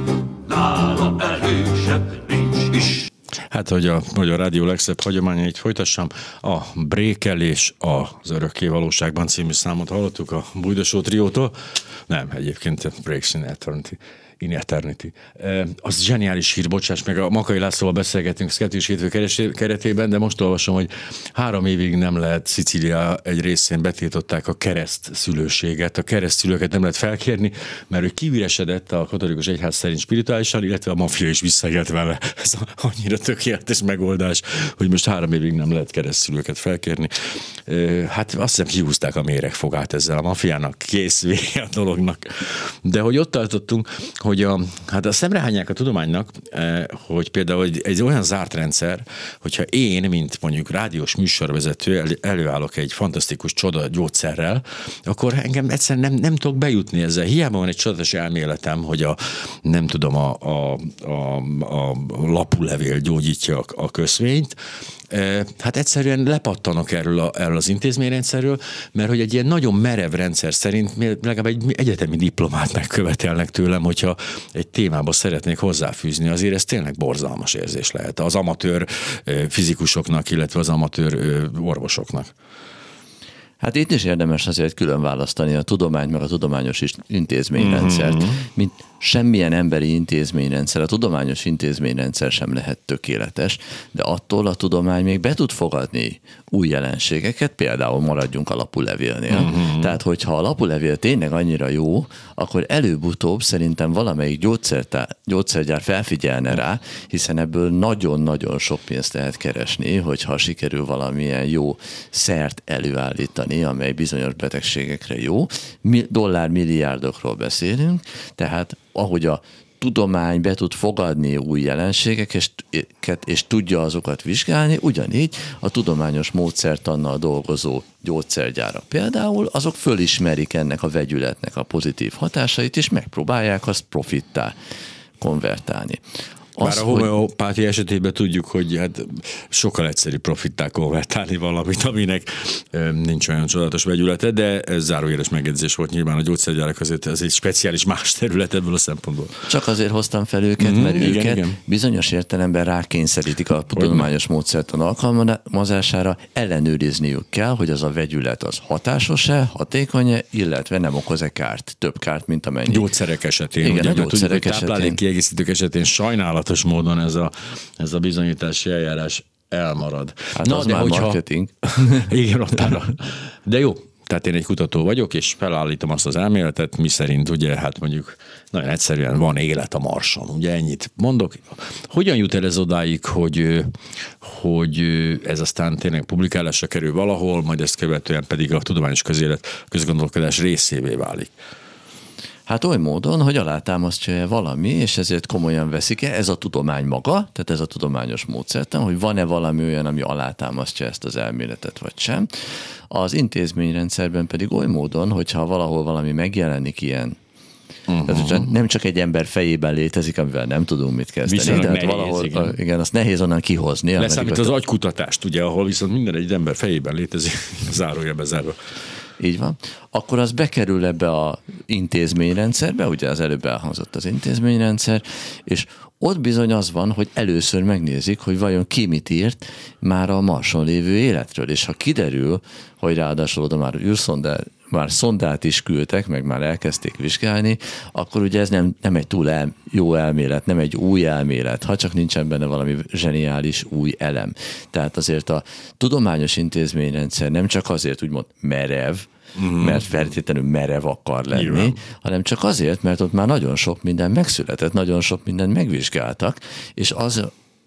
nála erősebb nincs is. Hát, hogy a Magyar Rádió legszebb hagyományait folytassam, a Brékelés az örökké valóságban című számot hallottuk a Bújdosó triótól. Nem, egyébként Breaks in Eternity. In Eternity. Az zseniális hír, bocsáss meg, a Makai Lászlóval beszélgetünk Szkeptikus Hétfő keretében, de most olvasom, hogy három évig nem lehet, Szicília egy részén betiltották a kereszt szülőséget, a kereszt szülőket nem lehet felkérni, mert ő kiüresedett a katolikus egyház szerint spirituálisan, illetve a maffia is visszaélt vele. Ez annyira tökéletes megoldás, hogy most három évig nem lehet kereszt szülőket felkérni. Hát azt hiszem kihúzták a méregfogát ezzel a maffiának, kész vége a dolognak. De hogy ott tartottunk, hogy a, hát a szemrehányják a tudománynak, hogy például egy, egy olyan zárt rendszer, hogyha én, mint mondjuk rádiós műsorvezető előállok egy fantasztikus csoda gyógyszerrel, akkor engem egyszerűen nem, nem tudok bejutni ezzel. Hiába van egy csodatos elméletem, hogy a, nem tudom, a, a, a, a lapulevél gyógyítja a, a köszvényt, hát egyszerűen lepattanok erről, a, erről az intézményrendszerről, mert hogy egy ilyen nagyon merev rendszer szerint legalább egy egyetemi diplomát megkövetelnek tőlem, hogyha egy témába szeretnék hozzáfűzni. Azért ez tényleg borzalmas érzés lehet az amatőr fizikusoknak, illetve az amatőr orvosoknak. Hát itt is érdemes azért külön választani a tudományt, meg a tudományos intézményrendszert. Mm-hmm. Mint semmilyen emberi intézményrendszer, a tudományos intézményrendszer sem lehet tökéletes, de attól a tudomány még be tud fogadni új jelenségeket, például maradjunk a lapulevélnél. Mm-hmm. Tehát, hogyha a lapulevél tényleg annyira jó, akkor előbb-utóbb szerintem valamelyik gyógyszertár, gyógyszergyár felfigyelne rá, hiszen ebből nagyon-nagyon sok pénzt lehet keresni, hogyha sikerül valamilyen jó szert előállítani, amely bizonyos betegségekre jó. Dollármilliárdokról beszélünk, tehát ahogy a tudomány be tud fogadni új jelenségeket, és tudja azokat vizsgálni, ugyanígy a tudományos módszertannal dolgozó gyógyszergyárak például, azok fölismerik ennek a vegyületnek a pozitív hatásait, és megpróbálják azt profittá konvertálni. Bár Az, a homeopátia esetében tudjuk, hogy hát sokkal egyszerűbb profittá konvertálni valamit, aminek nincs olyan csodálatos vegyülete, de ez zárójeles megjegyzés volt, nyilván a gyógyszergyárak azért ez egy speciális más terület ebből a szempontból. Csak azért hoztam fel őket, mm-hmm, mert igen, őket igen. bizonyos értelemben rákényszerítik a tudományos módszertan alkalmazására, ellenőrizniük kell, hogy az a vegyület az hatásos-e, hatékony-e, illetve nem okoz-e kárt, több kárt, mint amennyi. Gyógyszerek esetén. Igen, ugye, a gyógyszerek tudjuk, esetén. Kiegészítők esetén sajnálat módon ez a, ez a bizonyítási eljárás elmarad. Hát Na, az de már hogyha... marketing. Igen, ottára. De jó, tehát én egy kutató vagyok, és felállítom azt az elméletet, mi szerint ugye, hát mondjuk nagyon egyszerűen van élet a Marson, ugye ennyit mondok. Hogyan jut el ez odáig, hogy, hogy ez aztán tényleg publikálásra kerül valahol, majd ezt követően pedig a tudományos közélet, közgondolkodás részévé válik? Hát oly módon, hogy alátámasztja valami, és ezért komolyan veszik-e, ez a tudomány maga, tehát ez a tudományos módszertan, hogy van-e valami olyan, ami alátámasztja ezt az elméletet, vagy sem. Az intézményrendszerben pedig oly módon, hogyha valahol valami megjelenik ilyen, uh-huh. tehát nem csak egy ember fejében létezik, amivel nem tudunk mit kezdeni, de hát valahol, igen. igen, azt nehéz onnan kihozni. Leszámít az agykutatást, ugye, ahol viszont minden egy ember fejében létezik, zárójelbe zárva. Így van. Akkor az bekerül ebbe az intézményrendszerbe, ugye az előbb elhangzott az intézményrendszer, és ott bizony az van, hogy először megnézik, hogy vajon ki mit írt már a Marson lévő életről, és ha kiderül, hogy ráadásul oda már űrszondát, már szondát is küldtek, meg már elkezdték vizsgálni, akkor ugye ez nem, nem egy túl el, jó elmélet, nem egy új elmélet, ha csak nincsen benne valami zseniális új elem. Tehát azért a tudományos intézményrendszer nem csak azért úgymond merev, mm-hmm. mert feltétlenül merev akar lenni, Nyilván. hanem csak azért, mert ott már nagyon sok minden megszületett, nagyon sok mindent megvizsgáltak, és az,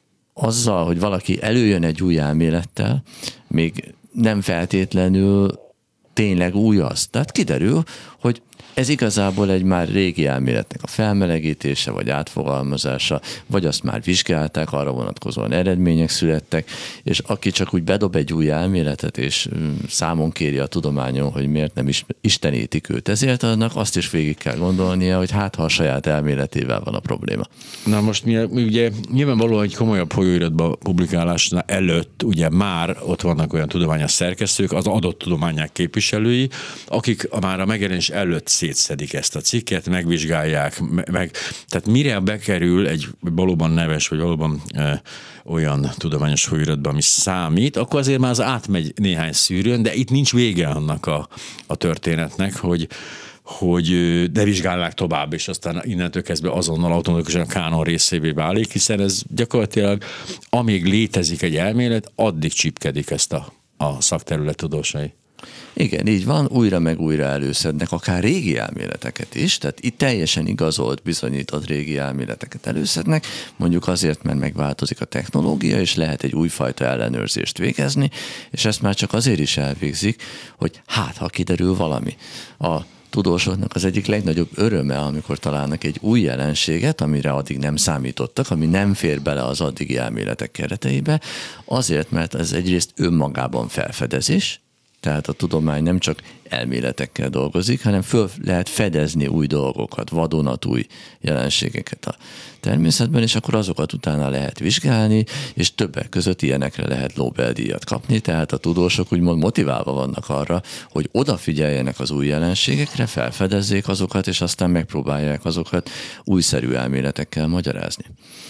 azzal, hogy valaki előjön egy új elmélettel, még nem feltétlenül tényleg új az. Tehát kiderül, hogy ez igazából egy már régi elméletnek a felmelegítése, vagy átfogalmazása, vagy azt már vizsgálták, arra vonatkozóan eredmények születtek, és aki csak úgy bedob egy új elméletet, és számon kéri a tudományon, hogy miért nem is istenítik őt ezért, annak azt is végig kell gondolnia, hogy hát ha a saját elméletével van a probléma. Na most mi, mi ugye nyilvánvalóan egy komolyabb folyóiratba publikálásnál előtt ugye már ott vannak olyan tudományos szerkesztők, az adott tudományák képviselői, akik már a megjelenés előtt szétszedik ezt a cikket, megvizsgálják, meg, tehát mire bekerül egy valóban neves, vagy valóban e, olyan tudományos folyóiratban, ami számít, akkor azért már az átmegy néhány szűrőn, de itt nincs vége annak a, a történetnek, hogy hogy ne vizsgálnák tovább, és aztán innentől kezdve azonnal automatikusan a kánon részévé válik, hiszen ez gyakorlatilag, amíg létezik egy elmélet, addig csipkedik ezt a, a szakterület tudósai. Igen, így van, újra meg újra előszednek akár régi elméleteket is, tehát itt teljesen igazolt, bizonyított régi elméleteket előszednek, mondjuk azért, mert megváltozik a technológia, és lehet egy újfajta ellenőrzést végezni, és ezt már csak azért is elvégzik, hogy hát, ha kiderül valami. A tudósoknak az egyik legnagyobb öröme, amikor találnak egy új jelenséget, amire addig nem számítottak, ami nem fér bele az addigi elméletek kereteibe, azért, mert ez egyrészt önmagában felfedezés, tehát a tudomány nem csak elméletekkel dolgozik, hanem föl lehet fedezni új dolgokat, vadonatúj jelenségeket a természetben, és akkor azokat utána lehet vizsgálni, és többek között ilyenekre lehet Nobel-díjat kapni, tehát a tudósok úgymond motiválva vannak arra, hogy odafigyeljenek az új jelenségekre, felfedezzék azokat, és aztán megpróbálják azokat újszerű elméletekkel magyarázni.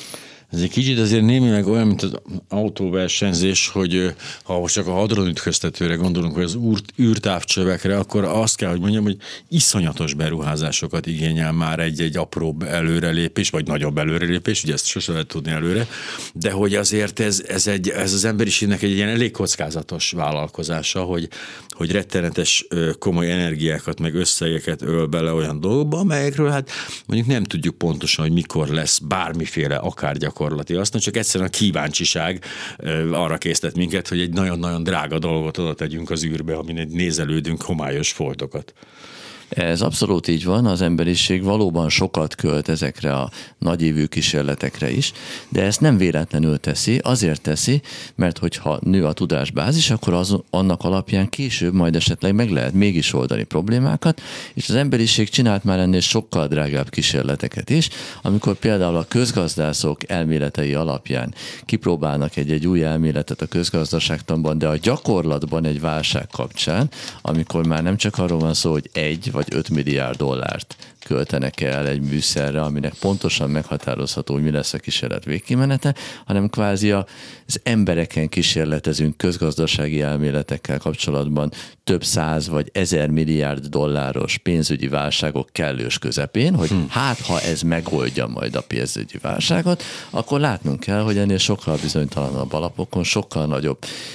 Ez egy kicsit azért némileg olyan, mint az autóversenyzés, hogy ha most csak a hadronütköztetőre gondolunk, vagy az űrtávcsövekre, akkor azt kell, hogy mondjam, hogy iszonyatos beruházásokat igényel már egy-egy apróbb előrelépés, vagy nagyobb előrelépés, ugye ezt sose lehet tudni előre, de hogy azért ez, ez, egy, ez az emberiségnek egy ilyen elég kockázatos vállalkozása, hogy, hogy rettenetes komoly energiákat, meg összegeket öl bele olyan dolgokba, amelyekről hát mondjuk nem tudjuk pontosan, hogy mikor lesz bármiféle akár gyakorlati haszna, csak egyszerűen a kíváncsiság arra késztet minket, hogy egy nagyon-nagyon drága dolgot oda tegyünk az űrbe, amin egy nézelődünk homályos foltokat. Ez abszolút így van, az emberiség valóban sokat költ ezekre a nagyévű kísérletekre is, de ezt nem véletlenül teszi, azért teszi, mert hogyha nő a tudásbázis, akkor az, annak alapján később majd esetleg meg lehet mégis oldani problémákat, és az emberiség csinált már ennél sokkal drágább kísérleteket is, amikor például a közgazdászok elméletei alapján kipróbálnak egy-egy új elméletet a közgazdaságtanban, de a gyakorlatban egy válság kapcsán, amikor már nem csak arról van szó, hogy egy vagy öt milliárd dollárt költenek el egy műszerre, aminek pontosan meghatározható, hogy mi lesz a kísérlet végkimenete, hanem kvázi az embereken kísérletezünk közgazdasági elméletekkel kapcsolatban több száz vagy ezer milliárd dolláros pénzügyi válságok kellős közepén, hogy hmm. hát ha ez megoldja majd a pénzügyi válságot, akkor látnunk kell, hogy ennél sokkal bizonytalanabb alapokon sokkal nagyobb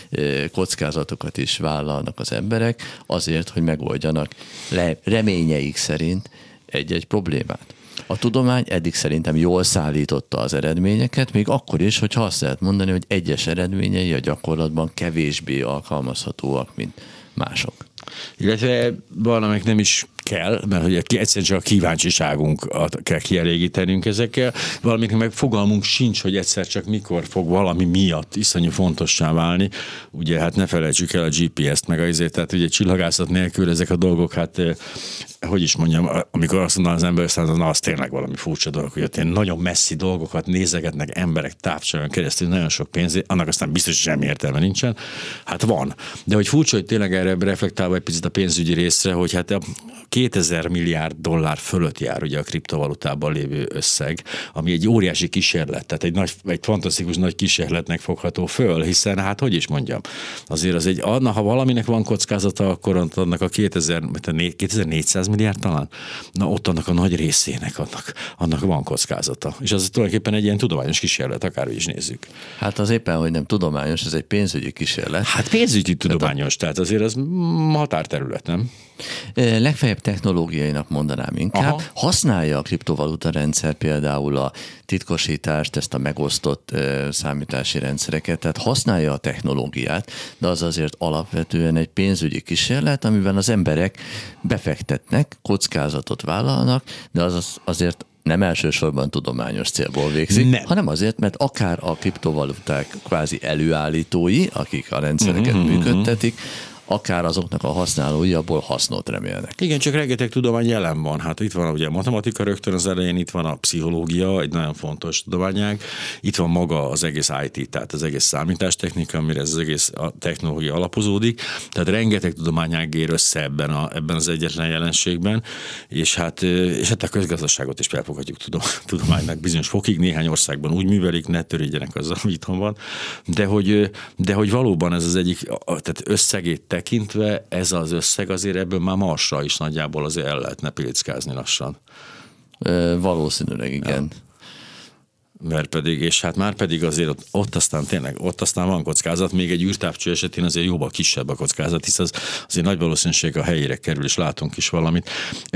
kockázatokat is vállalnak az emberek azért, hogy megoldjanak le, reményeik szerint egy-egy problémát. A tudomány eddig szerintem jól szállította az eredményeket, még akkor is, hogyha azt lehet mondani, hogy egyes eredményei a gyakorlatban kevésbé alkalmazhatóak, mint mások. Illetve valamelyik nem is kell, mert hogy egyszerűen csak a kíváncsiságunkat kell kielégítenünk ezekkel, valamiknek meg fogalmunk sincs, hogy egyszer csak mikor fog valami miatt iszonyú fontossá válni. Ugye hát ne felejtsük el a gé pé es-t, meg azért, tehát ugye csillagászat nélkül ezek a dolgok, hát hogy is mondjam, amikor azt mondaná az ember, aztán na, az tényleg valami furcsa dolog, hogy ott ilyen nagyon messzi dolgokat nézegetnek emberek távcsövön keresztül, nagyon sok pénzért, annak aztán biztos, hogy semmi értelme nincsen. Hát van. De hogy furcsa, hogy tényleg erre reflektálva egy picit a pénzügyi részre, hogy hát a kétezer milliárd dollár fölött jár ugye a kriptovalutában lévő összeg, ami egy óriási kísérlet, tehát egy, nagy, egy fantasztikus nagy kísérletnek fogható föl, hiszen hát hogy is mondjam, azért az egy, na, ha valaminek van kockázata, akkor annak a kétezer-négyszáz milliárd talán, na ott annak a nagy részének annak, annak van kockázata. És az tulajdonképpen egy ilyen tudományos kísérlet, akárhogy is nézzük. Hát az éppen, hogy nem tudományos, ez egy pénzügyi kísérlet. Hát pénzügyi tudományos, tehát azért az határterület, nem? Legfeljebb technológiainak mondanám inkább. Aha. Használja a kriptovaluta rendszer például a titkosítást, ezt a megosztott uh, számítási rendszereket, tehát használja a technológiát, de az azért alapvetően egy pénzügyi kísérlet, amiben az emberek befektetnek, kockázatot vállalnak, de az azért nem elsősorban tudományos célból végzik, nem. hanem azért, mert akár a kriptovaluták kvázi előállítói, akik a rendszereket mm-hmm. működtetik, akár azoknak a használói abból hasznot remélnek. Igen, csak rengeteg tudomány jelen van. Hát itt van ugye a matematika rögtön az elején, itt van a pszichológia, egy nagyon fontos tudományág, itt van maga az egész i té, tehát az egész számítástechnika, amire ez az egész technológia alapozódik. Tehát rengeteg tudományág ér össze ebben, a, ebben az egyetlen jelenségben, és hát, és hát a közgazdaságot is felfoghatjuk tudománynak bizonyos fokig. Néhány országban úgy művelik, ne törődjenek azzal, ami itthon van, de hogy, de hogy valóban ez az egyik, tehát összegét tekintve ez az összeg azért ebből már Marsra is nagyjából azért el lehetne pilickázni lassan. E, valószínűleg igen. Ja. Mert pedig, és hát már pedig azért ott, ott aztán tényleg, ott aztán van kockázat, még egy űrtávcső esetén azért jóval kisebb a kockázat, hisz az azért nagy valószínűség a helyére kerül, és látunk is valamit.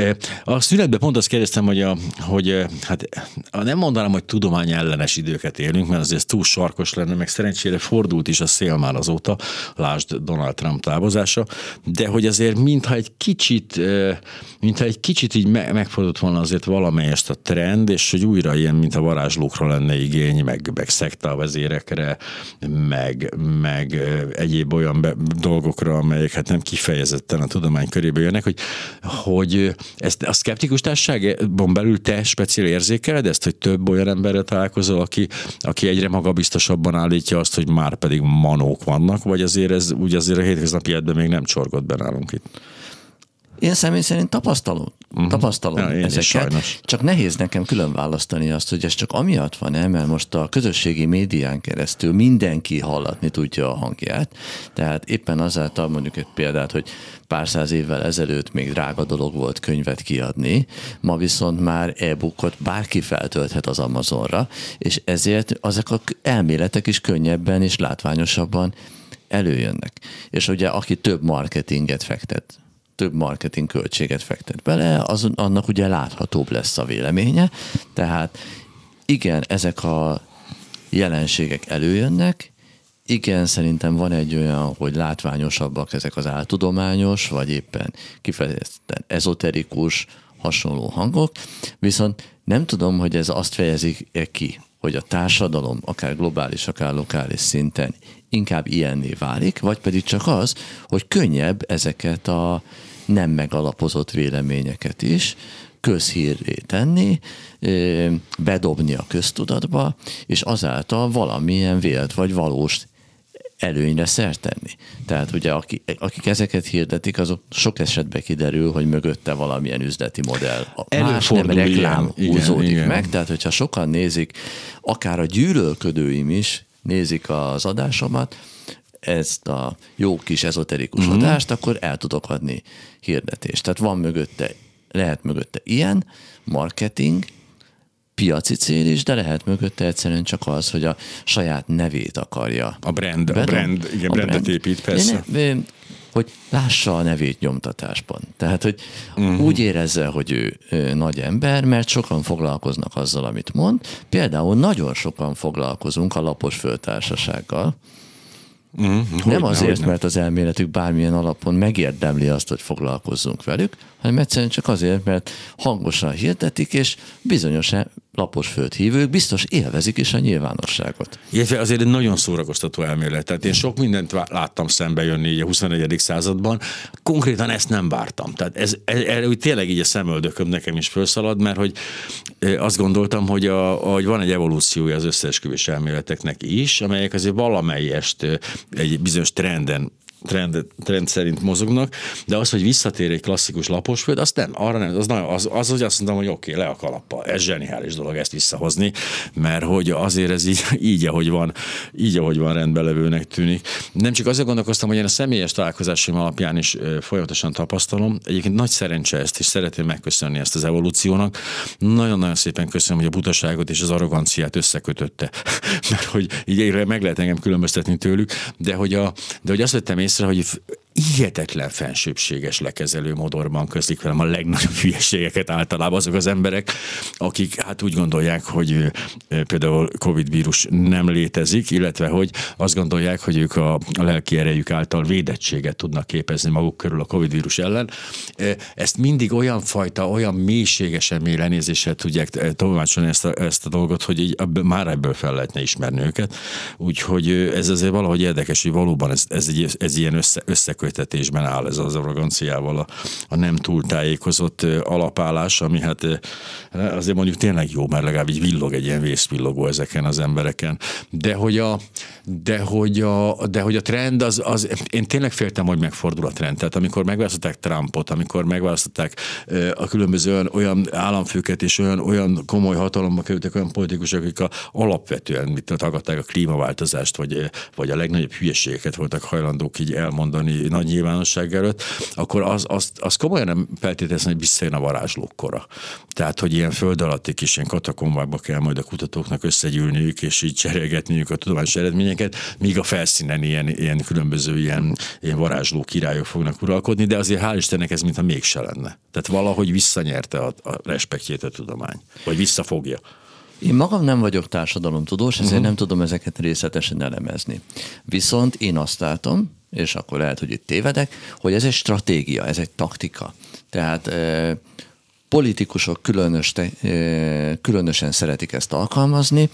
A szünetben pont azt kérdeztem, hogy, a, hogy hát nem mondanám, hogy tudomány ellenes időket élünk, mert azért ez túl sarkos lenne, meg szerencsére fordult is a szél már azóta, lásd Donald Trump távozása, de hogy azért mintha egy kicsit, mintha egy kicsit így megfordult volna azért valamelyest a trend, és hogy újra ilyen, mint a varázslókra lenne igény, meg, meg szektavezérekre, meg, meg egyéb olyan be, dolgokra, amelyek hát nem kifejezetten a tudomány körébe jönnek, hogy, hogy ezt a szkeptikus társaságon belül te speciál érzékeled ezt, hogy több olyan emberrel találkozol, aki, aki egyre magabiztosabban állítja azt, hogy már pedig manók vannak, vagy azért ez úgy azért a hétköznapi életben még nem csorgott be nálunk itt? Én személy szerint tapasztalom, uh-huh. tapasztalom ja, ezeket, csak nehéz nekem külön választani azt, hogy ez csak amiatt van-e, mert most a közösségi médián keresztül mindenki hallatni tudja a hangját, tehát éppen azáltal mondjuk egy példát, hogy pár száz évvel ezelőtt még drága dolog volt könyvet kiadni, ma viszont már e-bookot bárki feltölthet az Amazonra, és ezért ezek az elméletek is könnyebben és látványosabban előjönnek. És ugye aki több marketinget fektet, több marketing költséget fektet bele, az, annak ugye láthatóbb lesz a véleménye. Tehát igen, ezek a jelenségek előjönnek, igen, szerintem van egy olyan, hogy látványosabbak ezek az áltudományos, vagy éppen kifejezetten ezoterikus, hasonló hangok, viszont nem tudom, hogy ez azt fejezik-e ki, hogy a társadalom, akár globális, akár lokális szinten inkább ilyenné válik, vagy pedig csak az, hogy könnyebb ezeket a nem megalapozott véleményeket is közhírré tenni, bedobni a köztudatba, és azáltal valamilyen vélt vagy valós előnyre szert tenni. Tehát ugye akik ezeket hirdetik, azok sok esetben kiderül, hogy mögötte valamilyen üzleti modell. Más nem reklám ilyen. húzódik igen, meg, igen. Tehát hogyha sokan nézik, akár a gyűlölködőim is nézik az adásomat, ezt a jó kis ezoterikus uh-huh. adást, akkor el tudok adni hirdetést. Tehát van mögötte, lehet mögötte ilyen marketing, piaci cél is, de lehet mögötte egyszerűen csak az, hogy a saját nevét akarja. A brand, a brand, igen, a brandet brand. épít, persze. Ne, hogy lássa a nevét nyomtatásban. Tehát, hogy uh-huh. úgy érezze, hogy ő, ő nagy ember, mert sokan foglalkoznak azzal, amit mond. Például nagyon sokan foglalkozunk a Lapos Földtársasággal. Uh-huh. Nem azért, mert az elméletük bármilyen alapon megérdemli azt, hogy foglalkozzunk velük, hanem egyszerűen csak azért, mert hangosan hirdetik, és bizonyos lapos földhívők biztos élvezik is a nyilvánosságot. Illetve azért egy nagyon szórakoztató elmélet. Tehát én sok mindent láttam szembe jönni a huszonegyedik században, konkrétan ezt nem vártam. Tehát ez, erre úgy tényleg így a szemöldököm nekem is felszalad, mert hogy azt gondoltam, hogy, a, hogy van egy evolúciója az összeesküvés elméleteknek is, amelyek azért valamelyest egy bizonyos trenden Trend, trend szerint mozognak, de az, hogy visszatér egy klasszikus laposföld, azt nem, arra nem, az, nagyon, az, az, hogy azt mondtam, hogy oké, okay, le a kalappal, ez zseniális dolog ezt visszahozni, mert hogy azért ez így, így, ahogy van, így, ahogy van rendben levőnek tűnik. Nem csak azért gondolkoztam, hogy én a személyes találkozásaim alapján is folyamatosan tapasztalom. Egyébként nagy szerencse ezt, és szeretném megköszönni ezt az evolúciónak. Nagyon-nagyon szépen köszönöm, hogy a butaságot és az arroganciát összekötötte, mert hogy így meg lehet engem különböztetni tőlük, de hogy, a, de hogy azt vettem észre, hogy hihetetlen fensőbbséges lekezelő modorban közlik velem a legnagyobb hülyeségeket általában azok az emberek, akik hát úgy gondolják, hogy például Covid vírus nem létezik, illetve hogy azt gondolják, hogy ők a, a lelki erejük által védettséget tudnak képezni maguk körül a Covid vírus ellen. Ezt mindig olyan fajta, olyan mélységesen mély lenézéssel tudják tolmácsolni ezt a, ezt a dolgot, hogy így, már ebből fel lehetne ismerni őket. Úgyhogy ez azért valahogy érdekes, hogy valóban ez, ez, egy, ez ilyen össze, összekötetésben áll ez az arroganciával a, a nem túl tájékozott alapállás, ami hát azért mondjuk tényleg jó, mert legalább így villog egy ilyen vészvillogó ezeken az embereken. De hogy a, de hogy a, de hogy a trend, az, az, én tényleg féltem, hogy megfordul a trend. Tehát amikor megválasztották Trumpot, amikor megválasztották a különböző olyan, olyan államfőket és olyan, olyan komoly hatalomba kerültek olyan politikusok, akik a, alapvetően mit tagadták a klímaváltozást, vagy, vagy a legnagyobb hülyeségeket voltak hajlandók így elmondani nagy nyilvánosság előtt, akkor az, az, az komolyan nem feltételezni, hogy visszajön a varázslók kora. Tehát, hogy ilyen föld alatti kis ilyen katakombákba kell majd a kutatóknak összegyűlniük, és így cserélgetniük a tudományos eredményeket, míg a felszínen ilyen, ilyen különböző ilyen, ilyen varázsló királyok fognak uralkodni, de azért hál' Istennek ez mintha mégse lenne. Tehát valahogy visszanyerte a, a respektjét a tudomány, vagy visszafogja. Én magam nem vagyok társadalomtudós, ezért uh-huh. nem tudom ezeket részletesen elemezni. Viszont én azt látom, és akkor lehet, hogy itt tévedek, hogy ez egy stratégia, ez egy taktika. Tehát eh, politikusok különös te, eh, különösen szeretik ezt alkalmazni,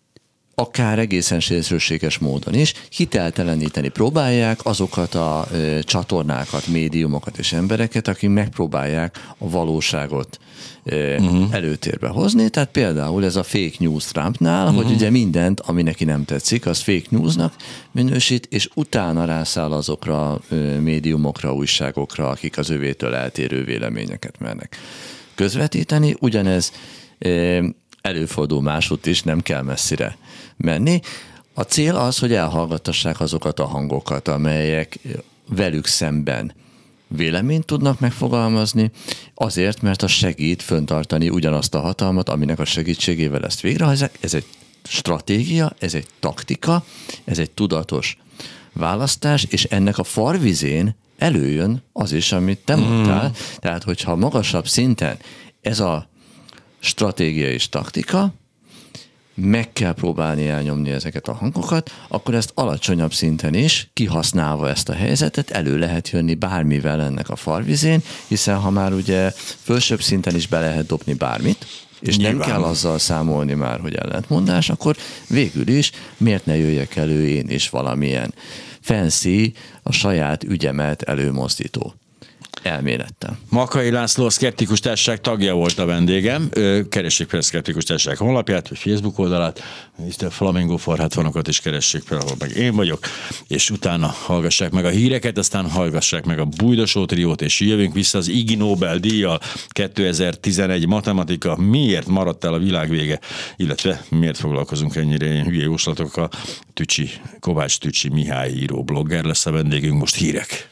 akár egészen szélsőséges módon is, hitelteleníteni próbálják azokat a ö, csatornákat, médiumokat és embereket, akik megpróbálják a valóságot ö, uh-huh. előtérbe hozni. Tehát például ez a fake news Trumpnál, uh-huh. hogy ugye mindent, ami neki nem tetszik, az fake newsnak minősít, és utána rászáll azokra a ö, médiumokra, újságokra, akik az övétől eltérő véleményeket mernek közvetíteni. Ugyanez ö, előfordul másút is, nem kell messzire menni. A cél az, hogy elhallgattassák azokat a hangokat, amelyek velük szemben véleményt tudnak megfogalmazni, azért, mert az segít föntartani ugyanazt a hatalmat, aminek a segítségével ezt végrehajtják. Ez egy stratégia, ez egy taktika, ez egy tudatos választás, és ennek a farvizén előjön az is, amit te mondtál. Mm. Tehát, hogyha magasabb szinten ez a stratégia és taktika meg kell próbálni elnyomni ezeket a hangokat, akkor ezt alacsonyabb szinten is, kihasználva ezt a helyzetet, elő lehet jönni bármivel ennek a farvizén, hiszen ha már ugye felsőbb szinten is be lehet dobni bármit, és Nyilván. nem kell azzal számolni már, hogy ellentmondás, akkor végül is miért ne jöjjek elő én is valamilyen fancy, a saját ügyemet előmozdító elmélettel. Makai László, a Szkeptikus Társaság tagja volt a vendégem. Keressék fel a Szkeptikus Társaság honlapját, vagy Facebook oldalát, itt a Flamingo Farhátvanokat is keressék fel, ahol meg én vagyok, és utána hallgassák meg a híreket, aztán hallgassák meg a Bújdosó Triót, és jövünk vissza az Ig Nobel-díjjal kétezer-tizenegy matematika, miért maradt el a világ vége, illetve miért foglalkozunk ennyire ilyen hülye jóslatokkal. Tücsi, Kovács Tücsi Mihály író blogger lesz a vendégünk, most hírek.